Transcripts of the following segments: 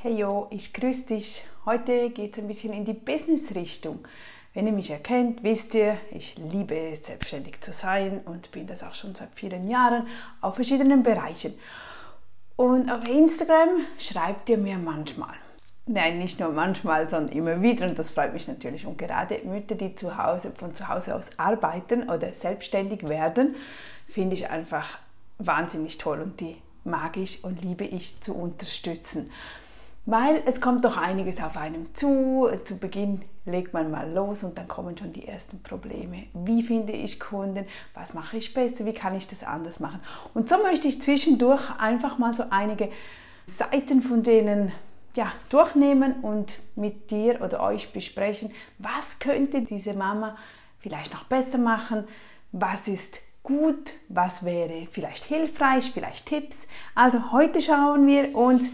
Hey yo, ich grüße dich. Heute geht es ein bisschen in die Business-Richtung. Wenn ihr mich erkennt, wisst ihr, ich liebe es, selbstständig zu sein und bin das auch schon seit vielen Jahren auf verschiedenen Bereichen. Und auf Instagram schreibt ihr mir manchmal. Nein, nicht nur manchmal, sondern immer wieder und das freut mich natürlich. Und gerade Mütter, die von zu Hause aus arbeiten oder selbstständig werden, finde ich einfach wahnsinnig toll und die mag ich und liebe ich zu unterstützen. Weil es kommt doch einiges auf einem zu. Zu Beginn legt man mal los und dann kommen schon die ersten Probleme. Wie finde ich Kunden? Was mache ich besser? Wie kann ich das anders machen? Und so möchte ich zwischendurch einfach mal so einige Seiten von denen durchnehmen und mit dir oder euch besprechen, was könnte diese Mama vielleicht noch besser machen? Was ist gut? Was wäre vielleicht hilfreich? Vielleicht Tipps? Also heute schauen wir uns.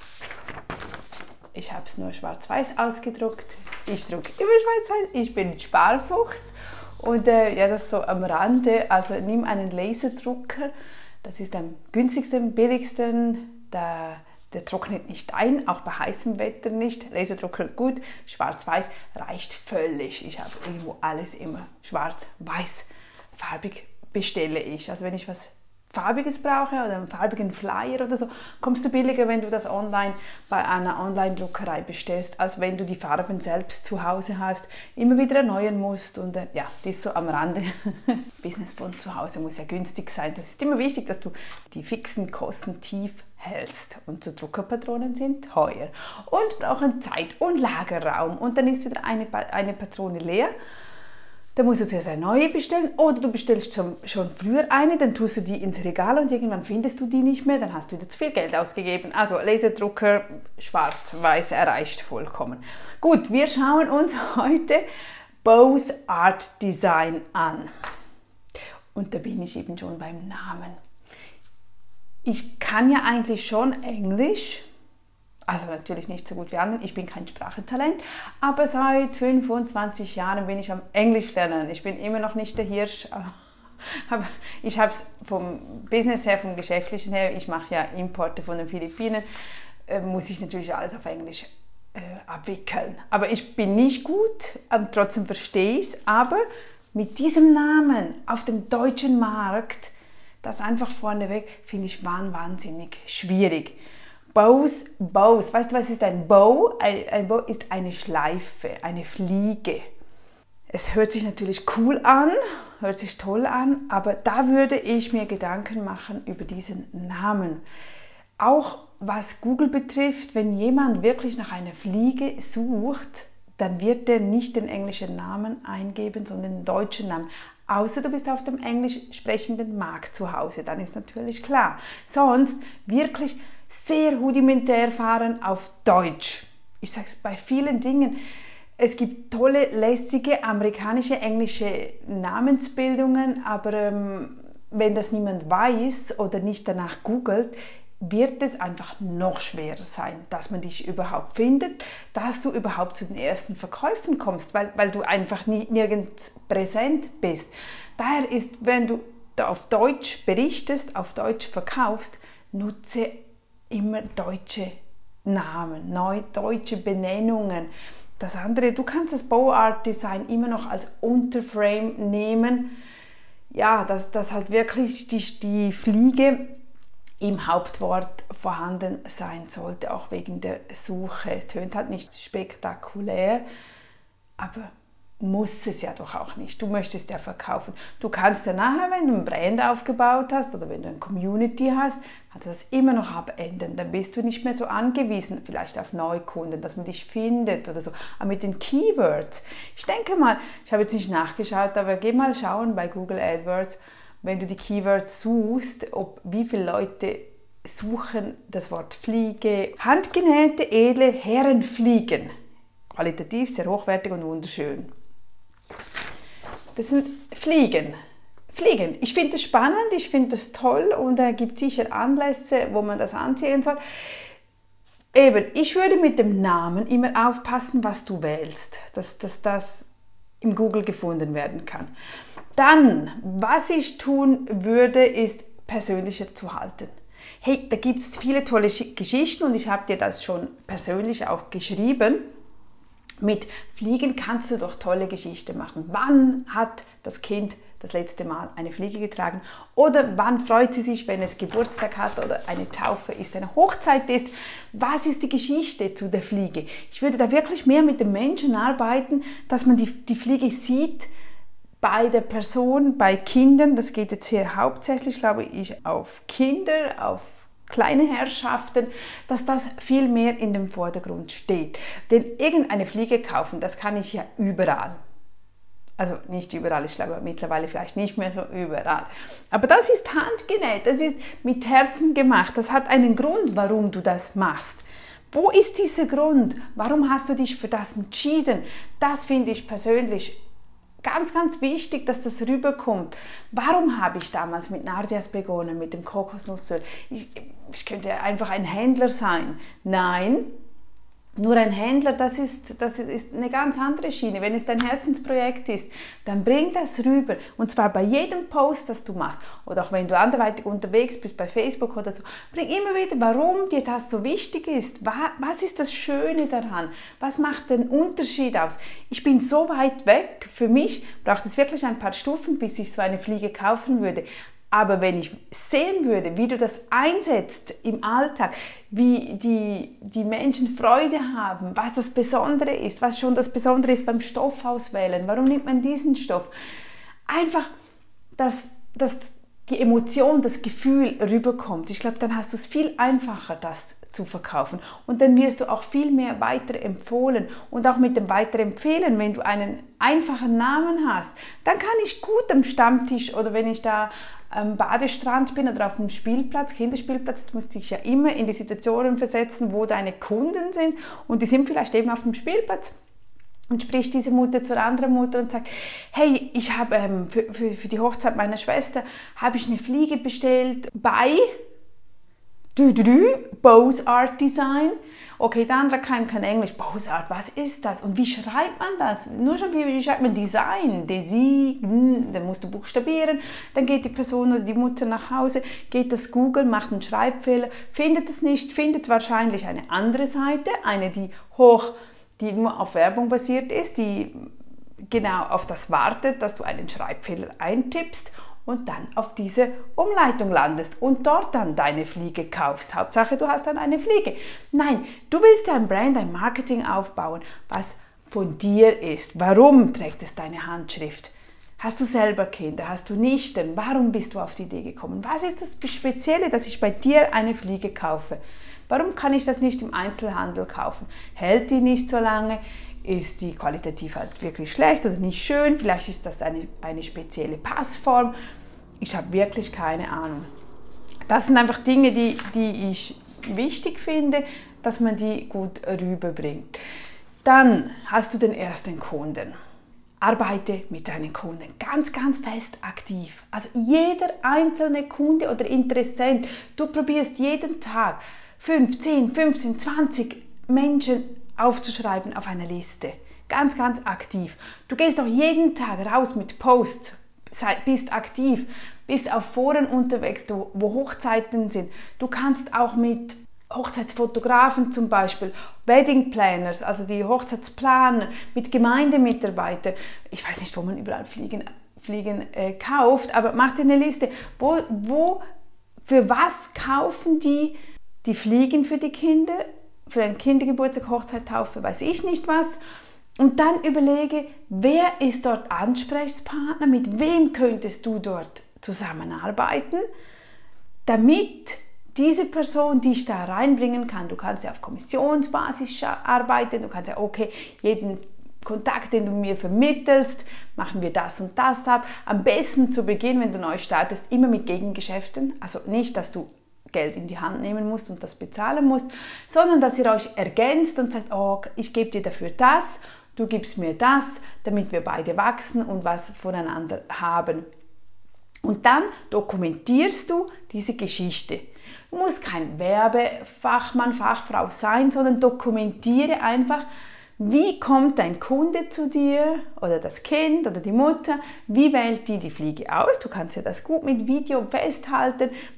Ich habe es nur schwarz-weiß ausgedruckt. Ich drucke immer schwarz-weiß. Ich bin Sparfuchs. Und das so am Rande. Also nimm einen Laserdrucker. Das ist am günstigsten, am billigsten. Der trocknet nicht ein, auch bei heißem Wetter nicht. Laserdrucker gut. Schwarz-weiß reicht völlig. Ich habe irgendwo alles immer schwarz-weiß. Farbig bestelle ich. Also wenn ich was Farbiges brauche oder einen farbigen Flyer oder so, kommst du billiger, wenn du das online bei einer Online-Druckerei bestellst, als wenn du die Farben selbst zu Hause hast, immer wieder erneuern musst und das ist so am Rande. Business von zu Hause muss ja günstig sein. Das ist immer wichtig, dass du die fixen Kosten tief hältst und so Druckerpatronen sind teuer und brauchen Zeit und Lagerraum und dann ist wieder eine Patrone leer. Dann musst du zuerst eine neue bestellen oder du bestellst schon früher eine, dann tust du die ins Regal und irgendwann findest du die nicht mehr, dann hast du wieder zu viel Geld ausgegeben. Also Laserdrucker, schwarz-weiß reicht vollkommen. Gut, wir schauen uns heute Bose Art Design an. Und da bin ich eben schon beim Namen. Ich kann ja eigentlich schon Englisch. Also natürlich nicht so gut wie anderen, ich bin kein Sprachentalent, aber seit 25 Jahren bin ich am Englisch lernen. Ich bin immer noch nicht der Hirsch, aber ich habe es vom Business her, vom Geschäftlichen her, ich mache ja Importe von den Philippinen, muss ich natürlich alles auf Englisch abwickeln. Aber ich bin nicht gut, trotzdem verstehe ich es, aber mit diesem Namen auf dem deutschen Markt, das einfach vorneweg, finde ich wahnsinnig schwierig. Bose, weißt du, was ist ein Bow? Ein Bow ist eine Schleife, eine Fliege. Es hört sich natürlich cool an, hört sich toll an, aber da würde ich mir Gedanken machen über diesen Namen. Auch was Google betrifft, wenn jemand wirklich nach einer Fliege sucht, dann wird er nicht den englischen Namen eingeben, sondern den deutschen Namen. Außer du bist auf dem englisch sprechenden Markt zu Hause, dann ist natürlich klar. Sonst wirklich sehr rudimentär fahren auf Deutsch. Ich sage es bei vielen Dingen. Es gibt tolle, lässige, amerikanische, englische Namensbildungen, aber wenn das niemand weiß oder nicht danach googelt, wird es einfach noch schwerer sein, dass man dich überhaupt findet, dass du überhaupt zu den ersten Verkäufen kommst, weil du einfach nirgends präsent bist. Daher ist, wenn du auf Deutsch berichtest, auf Deutsch verkaufst, nutze immer deutsche Namen, deutsche Benennungen. Das andere, du kannst das Bose Art Design immer noch als Unterframe nehmen. Ja, dass halt wirklich die Fliege im Hauptwort vorhanden sein sollte, auch wegen der Suche. Es tönt halt nicht spektakulär, aber muss es ja doch auch nicht. Du möchtest ja verkaufen. Du kannst ja nachher, wenn du ein Brand aufgebaut hast oder wenn du eine Community hast, kannst du das immer noch abändern. Dann bist du nicht mehr so angewiesen, vielleicht auf Neukunden, dass man dich findet oder so. Aber mit den Keywords, ich denke mal, ich habe jetzt nicht nachgeschaut, aber geh mal schauen bei Google AdWords, wenn du die Keywords suchst, wie viele Leute suchen das Wort Fliege. Handgenähte, edle Herrenfliegen. Qualitativ, sehr hochwertig und wunderschön. Das sind Fliegen. Ich finde das spannend, ich finde das toll und es gibt sicher Anlässe, wo man das anziehen soll. Eben, ich würde mit dem Namen immer aufpassen, was du wählst, dass das im Google gefunden werden kann. Dann, was ich tun würde, ist persönlicher zu halten. Hey, da gibt es viele tolle Geschichten und ich habe dir das schon persönlich auch geschrieben. Mit Fliegen kannst du doch tolle Geschichten machen. Wann hat das Kind das letzte Mal eine Fliege getragen? Oder wann freut sie sich, wenn es Geburtstag hat oder eine Taufe ist, eine Hochzeit ist? Was ist die Geschichte zu der Fliege? Ich würde da wirklich mehr mit den Menschen arbeiten, dass man die Fliege sieht bei der Person, bei Kindern. Das geht jetzt hier hauptsächlich, glaube ich, auf Kinder, auf kleine Herrschaften, dass das viel mehr in dem Vordergrund steht. Denn irgendeine Fliege kaufen, das kann ich ja überall. Also nicht überall, ich glaube mittlerweile vielleicht nicht mehr so überall. Aber das ist handgenäht, das ist mit Herzen gemacht. Das hat einen Grund, warum du das machst. Wo ist dieser Grund? Warum hast du dich für das entschieden? Das finde ich persönlich ganz, ganz wichtig, dass das rüberkommt. Warum habe ich damals mit Nardias begonnen, mit dem Kokosnussöl? Ich könnte einfach ein Händler sein. Nein, nur ein Händler, das ist eine ganz andere Schiene. Wenn es dein Herzensprojekt ist, dann bring das rüber. Und zwar bei jedem Post, das du machst. Oder auch wenn du anderweitig unterwegs bist, bei Facebook oder so. Bring immer wieder, warum dir das so wichtig ist. Was ist das Schöne daran? Was macht den Unterschied aus? Ich bin so weit weg. Für mich braucht es wirklich ein paar Stufen, bis ich so eine Fliege kaufen würde. Aber wenn ich sehen würde, wie du das einsetzt im Alltag, wie die Menschen Freude haben, was das Besondere ist, was schon das Besondere ist beim Stoff auswählen, warum nimmt man diesen Stoff? Einfach, dass die Emotion, das Gefühl rüberkommt. Ich glaube, dann hast du es viel einfacher, das zu verkaufen. Und dann wirst du auch viel mehr weiterempfohlen. Und auch mit dem Weiterempfehlen, wenn du einen einfachen Namen hast, dann kann ich gut am Stammtisch oder wenn ich da am Badestrand bin oder auf dem Spielplatz, Kinderspielplatz, du musst dich ja immer in die Situationen versetzen, wo deine Kunden sind und die sind vielleicht eben auf dem Spielplatz. Und spricht diese Mutter zur anderen Mutter und sagt, hey, ich habe für die Hochzeit meiner Schwester habe ich eine Fliege bestellt bei Bose Art Design. Okay, der andere kann kein Englisch. Bose Art, was ist das? Und wie schreibt man das? Nur schon, wie schreibt man Design? Dann musst du buchstabieren. Dann geht die Person oder die Mutter nach Hause, geht das Google, macht einen Schreibfehler, findet es nicht, findet wahrscheinlich eine andere Seite, eine, die nur auf Werbung basiert ist, die genau auf das wartet, dass du einen Schreibfehler eintippst und dann auf diese Umleitung landest und dort dann deine Fliege kaufst. Hauptsache, du hast dann eine Fliege. Nein, du willst ein Brand, ein Marketing aufbauen, was von dir ist. Warum trägt es deine Handschrift? Hast du selber Kinder? Hast du Nichten? Warum bist du auf die Idee gekommen? Was ist das Spezielle, dass ich bei dir eine Fliege kaufe? Warum kann ich das nicht im Einzelhandel kaufen? Hält die nicht so lange? Ist die qualitativ halt wirklich schlecht oder nicht schön? Vielleicht ist das eine spezielle Passform. Ich habe wirklich keine Ahnung. Das sind einfach Dinge, die ich wichtig finde, dass man die gut rüberbringt. Dann hast du den ersten Kunden. Arbeite mit deinen Kunden ganz, ganz fest aktiv. Also jeder einzelne Kunde oder Interessent, du probierst jeden Tag 5, 10, 15, 20 Menschen aufzuschreiben auf einer Liste. Ganz, ganz aktiv. Du gehst auch jeden Tag raus mit Posts, bist aktiv, bist auf Foren unterwegs, wo Hochzeiten sind. Du kannst auch mit Hochzeitsfotografen zum Beispiel, Wedding Planners, also die Hochzeitsplaner, mit Gemeindemitarbeitern. Ich weiß nicht, wo man überall Fliegen kauft, aber mach dir eine Liste. Für was kaufen die Fliegen für die Kinder? Für einen Kindergeburtstag, Hochzeit, Taufe, weiß ich nicht was. Und dann überlege, wer ist dort Ansprechpartner, mit wem könntest du dort zusammenarbeiten, damit diese Person dich da reinbringen kann. Du kannst ja auf Kommissionsbasis arbeiten, du kannst ja, okay, jeden Kontakt, den du mir vermittelst, machen wir das und das ab. Am besten zu Beginn, wenn du neu startest, immer mit Gegengeschäften, also nicht, dass du Geld in die Hand nehmen musst und das bezahlen musst, sondern dass ihr euch ergänzt und sagt, oh, ich gebe dir dafür das, du gibst mir das, damit wir beide wachsen und was voneinander haben. Und dann dokumentierst du diese Geschichte. Du musst kein Werbefachmann, Fachfrau sein, sondern dokumentiere einfach, wie kommt dein Kunde zu dir oder das Kind oder die Mutter, wie wählt die Fliege aus? Du kannst ja das gut mit Video festhalten.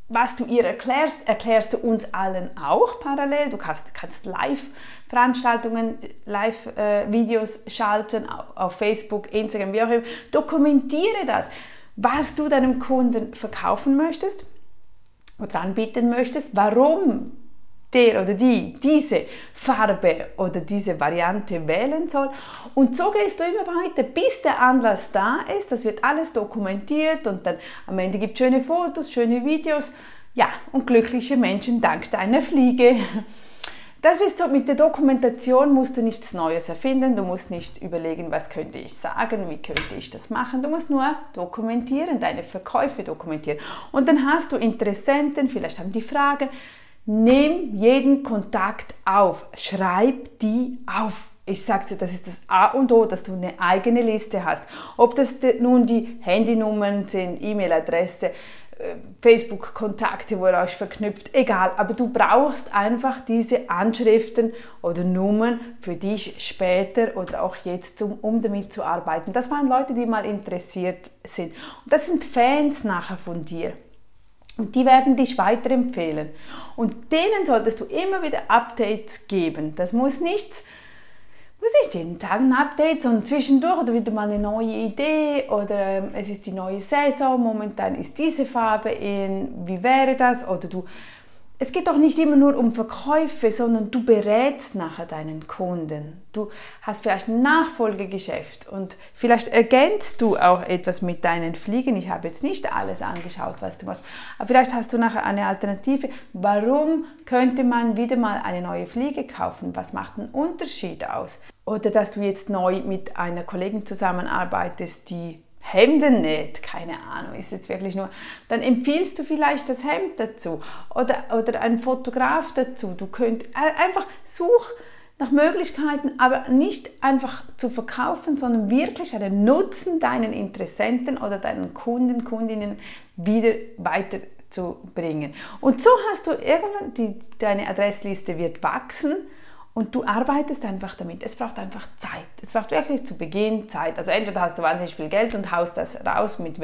was du ihr erklärst, erklärst du uns allen auch parallel. Du kannst Live-Veranstaltungen, Live-Videos schalten auf Facebook, Instagram, wie auch immer. Dokumentiere das, was du deinem Kunden verkaufen möchtest oder anbieten möchtest, warum der oder die diese Farbe oder diese Variante wählen soll. Und so gehst du immer weiter, bis der Anlass da ist. Das wird alles dokumentiert und dann am Ende gibt es schöne Fotos, schöne Videos. Ja, und glückliche Menschen dank deiner Fliege. Das ist so, mit der Dokumentation musst du nichts Neues erfinden, du musst nicht überlegen, was könnte ich sagen, wie könnte ich das machen, du musst nur dokumentieren, deine Verkäufe dokumentieren. Und dann hast du Interessenten, vielleicht haben die Fragen. Nimm jeden Kontakt auf, schreib die auf. Ich sage dir, das ist das A und O, dass du eine eigene Liste hast. Ob das nun die Handynummern sind, E-Mail-Adresse, Facebook-Kontakte, wo ihr euch verknüpft, egal. Aber du brauchst einfach diese Anschriften oder Nummern für dich später oder auch jetzt, um damit zu arbeiten. Das waren Leute, die mal interessiert sind. Und das sind Fans nachher von dir. Und die werden dich weiterempfehlen. Und denen solltest du immer wieder Updates geben. Das muss nicht jeden Tag ein Update, sondern zwischendurch oder wieder mal eine neue Idee oder es ist die neue Saison, momentan ist diese Farbe in, wie wäre das? Oder es geht doch nicht immer nur um Verkäufe, sondern du berätst nachher deinen Kunden. Du hast vielleicht ein Nachfolgegeschäft und vielleicht ergänzt du auch etwas mit deinen Fliegen. Ich habe jetzt nicht alles angeschaut, was du machst, aber vielleicht hast du nachher eine Alternative. Warum könnte man wieder mal eine neue Fliege kaufen? Was macht einen Unterschied aus? Oder dass du jetzt neu mit einer Kollegin zusammenarbeitest, die Hemden näht, keine Ahnung, ist jetzt wirklich nur, dann empfiehlst du vielleicht das Hemd dazu oder einen Fotograf dazu. Du könnt einfach such nach Möglichkeiten, aber nicht einfach zu verkaufen, sondern wirklich einen Nutzen deinen Interessenten oder deinen Kunden, Kundinnen wieder weiterzubringen. Und so hast du irgendwann, deine Adressliste wird wachsen. Und du arbeitest einfach damit. Es braucht einfach Zeit. Es braucht wirklich zu Beginn Zeit. Also entweder hast du wahnsinnig viel Geld und haust das raus mit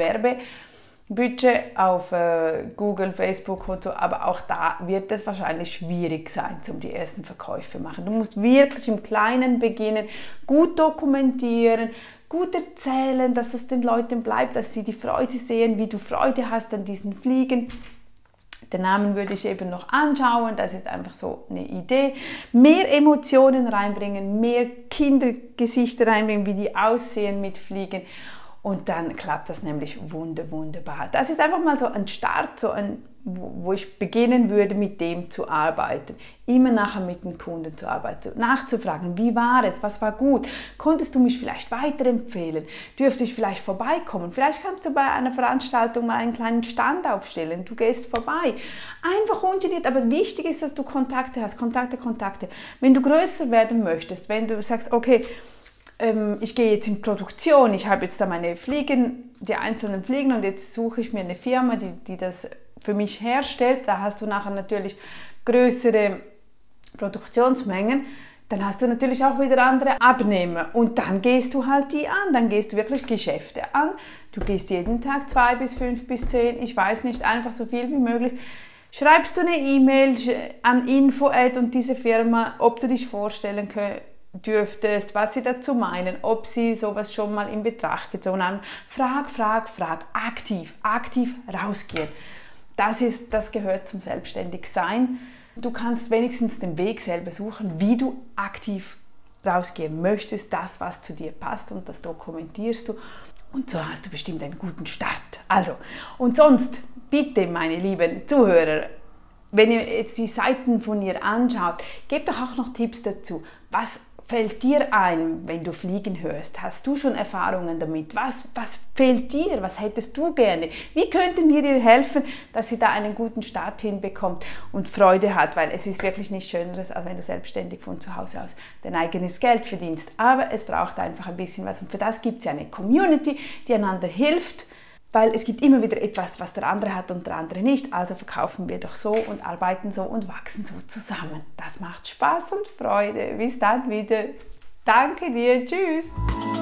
Werbebudget auf Google, Facebook und so, aber auch da wird es wahrscheinlich schwierig sein, um die ersten Verkäufe zu machen. Du musst wirklich im Kleinen beginnen, gut dokumentieren, gut erzählen, dass es den Leuten bleibt, dass sie die Freude sehen, wie du Freude hast an diesen Fliegen. Den Namen würde ich eben noch anschauen, das ist einfach so eine Idee. Mehr Emotionen reinbringen, mehr Kindergesichter reinbringen, wie die aussehen mit Fliegen und dann klappt das nämlich wunderbar. Das ist einfach mal so ein Start, wo ich beginnen würde, mit dem zu arbeiten. Immer nachher mit den Kunden zu arbeiten, nachzufragen, wie war es, was war gut, konntest du mich vielleicht weiterempfehlen, dürfte ich vielleicht vorbeikommen, vielleicht kannst du bei einer Veranstaltung mal einen kleinen Stand aufstellen, du gehst vorbei. Einfach ungeniert, aber wichtig ist, dass du Kontakte hast, Kontakte. Wenn du größer werden möchtest, wenn du sagst, okay, ich gehe jetzt in Produktion, ich habe jetzt da meine Fliegen, die einzelnen Fliegen und jetzt suche ich mir eine Firma, die das für mich herstellt, da hast du nachher natürlich größere Produktionsmengen, dann hast du natürlich auch wieder andere Abnehmer und dann gehst du halt die an, dann gehst du wirklich Geschäfte an, du gehst jeden Tag 2 bis 5 bis 10, ich weiß nicht, einfach so viel wie möglich, schreibst du eine E-Mail an info@ und diese Firma, ob du dich vorstellen dürftest, was sie dazu meinen, ob sie sowas schon mal in Betracht gezogen haben. Frag, aktiv rausgehen. Das gehört zum Selbstständigsein. Du kannst wenigstens den Weg selber suchen, wie du aktiv rausgehen möchtest, das, was zu dir passt und das dokumentierst du. Und so hast du bestimmt einen guten Start. Also, und sonst, bitte, meine lieben Zuhörer, wenn ihr jetzt die Seiten von ihr anschaut, gebt doch auch noch Tipps dazu. Was fällt dir ein, wenn du Fliegen hörst? Hast du schon Erfahrungen damit? Was fehlt dir? Was hättest du gerne? Wie könnten wir dir helfen, dass sie da einen guten Start hinbekommt und Freude hat? Weil es ist wirklich nichts Schöneres, als wenn du selbstständig von zu Hause aus dein eigenes Geld verdienst. Aber es braucht einfach ein bisschen was. Und für das gibt es ja eine Community, die einander hilft, weil es gibt immer wieder etwas, was der andere hat und der andere nicht. Also verkaufen wir doch so und arbeiten so und wachsen so zusammen. Das macht Spaß und Freude. Bis dann wieder. Danke dir. Tschüss.